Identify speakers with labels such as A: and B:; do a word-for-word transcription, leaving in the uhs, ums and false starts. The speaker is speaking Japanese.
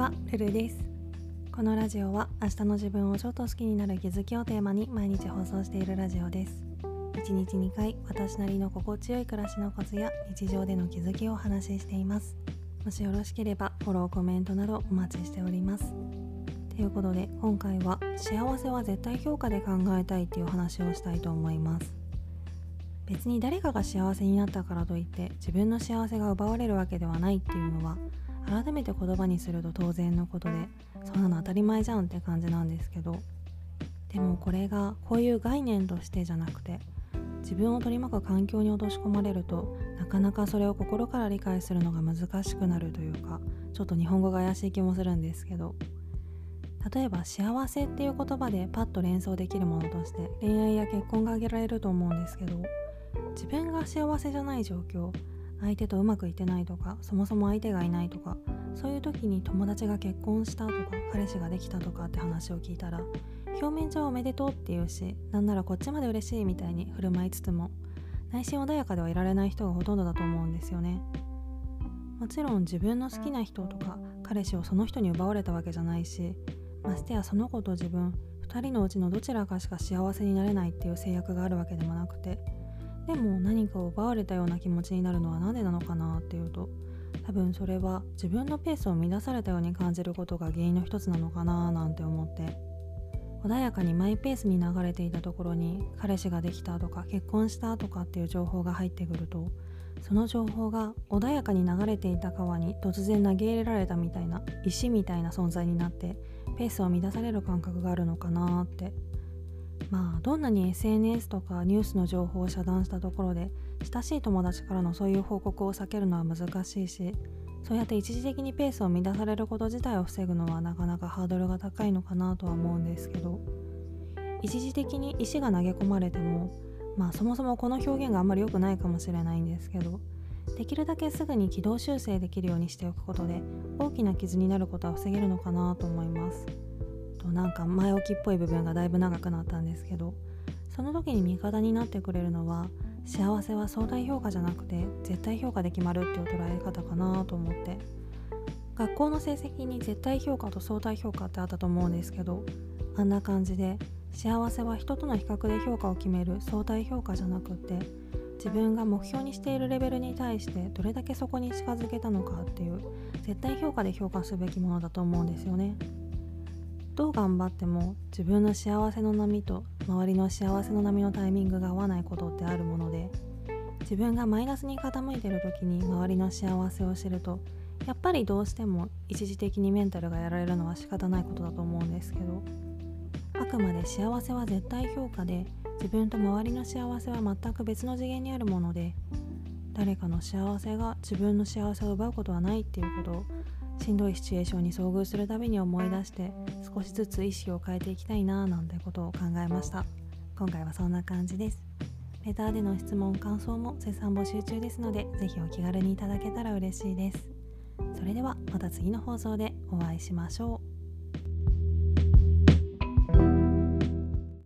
A: は、ルルです。このラジオは明日の自分をちょっと好きになる気づきをテーマに毎日放送しているラジオです。いちにちにかい、私なりの心地よい暮らしのコツや日常での気づきをお話ししています。もしよろしければフォロー、コメントなどお待ちしております。ということで、今回は幸せは絶対評価で考えたいっていう話をしたいと思います。別に誰かが幸せになったからといって自分の幸せが奪われるわけではないっていうのは、改めて言葉にすると当然のことで、そんなの当たり前じゃんって感じなんですけど、でもこれがこういう概念としてじゃなくて、自分を取り巻く環境に落とし込まれると、なかなかそれを心から理解するのが難しくなるというか、ちょっと日本語が怪しい気もするんですけど、例えば幸せっていう言葉でパッと連想できるものとして恋愛や結婚が挙げられると思うんですけど、自分が幸せじゃない状況、相手とうまくいってないとか、そもそも相手がいないとか、そういう時に友達が結婚したとか彼氏ができたとかって話を聞いたら、表面上はおめでとうって言うし、なんならこっちまで嬉しいみたいに振る舞いつつも、内心穏やかではいられない人がほとんどだと思うんですよね。もちろん自分の好きな人とか彼氏をその人に奪われたわけじゃないし、ましてやその子と自分ふたりのうちのどちらかしか幸せになれないっていう制約があるわけでもなくて、でも何かを奪われたような気持ちになるのはなぜなのかなっていうと、多分それは自分のペースを乱されたように感じることが原因の一つなのかななんて思って、穏やかにマイペースに流れていたところに彼氏ができたとか結婚したとかっていう情報が入ってくると、その情報が穏やかに流れていた川に突然投げ入れられたみたいな石みたいな存在になって、ペースを乱される感覚があるのかなって。まあどんなに エスエヌエス とかニュースの情報を遮断したところで親しい友達からのそういう報告を避けるのは難しいし、そうやって一時的にペースを乱されること自体を防ぐのはなかなかハードルが高いのかなとは思うんですけど、一時的に石が投げ込まれても、まあそもそもこの表現があんまり良くないかもしれないんですけど、できるだけすぐに軌道修正できるようにしておくことで大きな傷になることは防げるのかなと思います。となんか前置きっぽい部分がだいぶ長くなったんですけど、その時に味方になってくれるのは、幸せは相対評価じゃなくて絶対評価で決まるっていう捉え方かなと思って、学校の成績に絶対評価と相対評価ってあったと思うんですけど、あんな感じで幸せは人との比較で評価を決める相対評価じゃなくて、自分が目標にしているレベルに対してどれだけそこに近づけたのかっていう絶対評価で評価すべきものだと思うんですよね。どう頑張っても自分の幸せの波と周りの幸せの波のタイミングが合わないことってあるもので、自分がマイナスに傾いている時に周りの幸せを知ると、やっぱりどうしても一時的にメンタルがやられるのは仕方ないことだと思うんですけど、あくまで幸せは絶対評価で、自分と周りの幸せは全く別の次元にあるもので、誰かの幸せが自分の幸せを奪うことはないっていうことを、しんどいシチュエーションに遭遇するたびに思い出して、少しずつ意識を変えていきたいななんてことを考えました。今回はそんな感じです。レターでの質問・感想も絶賛募集中ですので、ぜひお気軽にいただけたら嬉しいです。それではまた次の放送でお会いしましょう。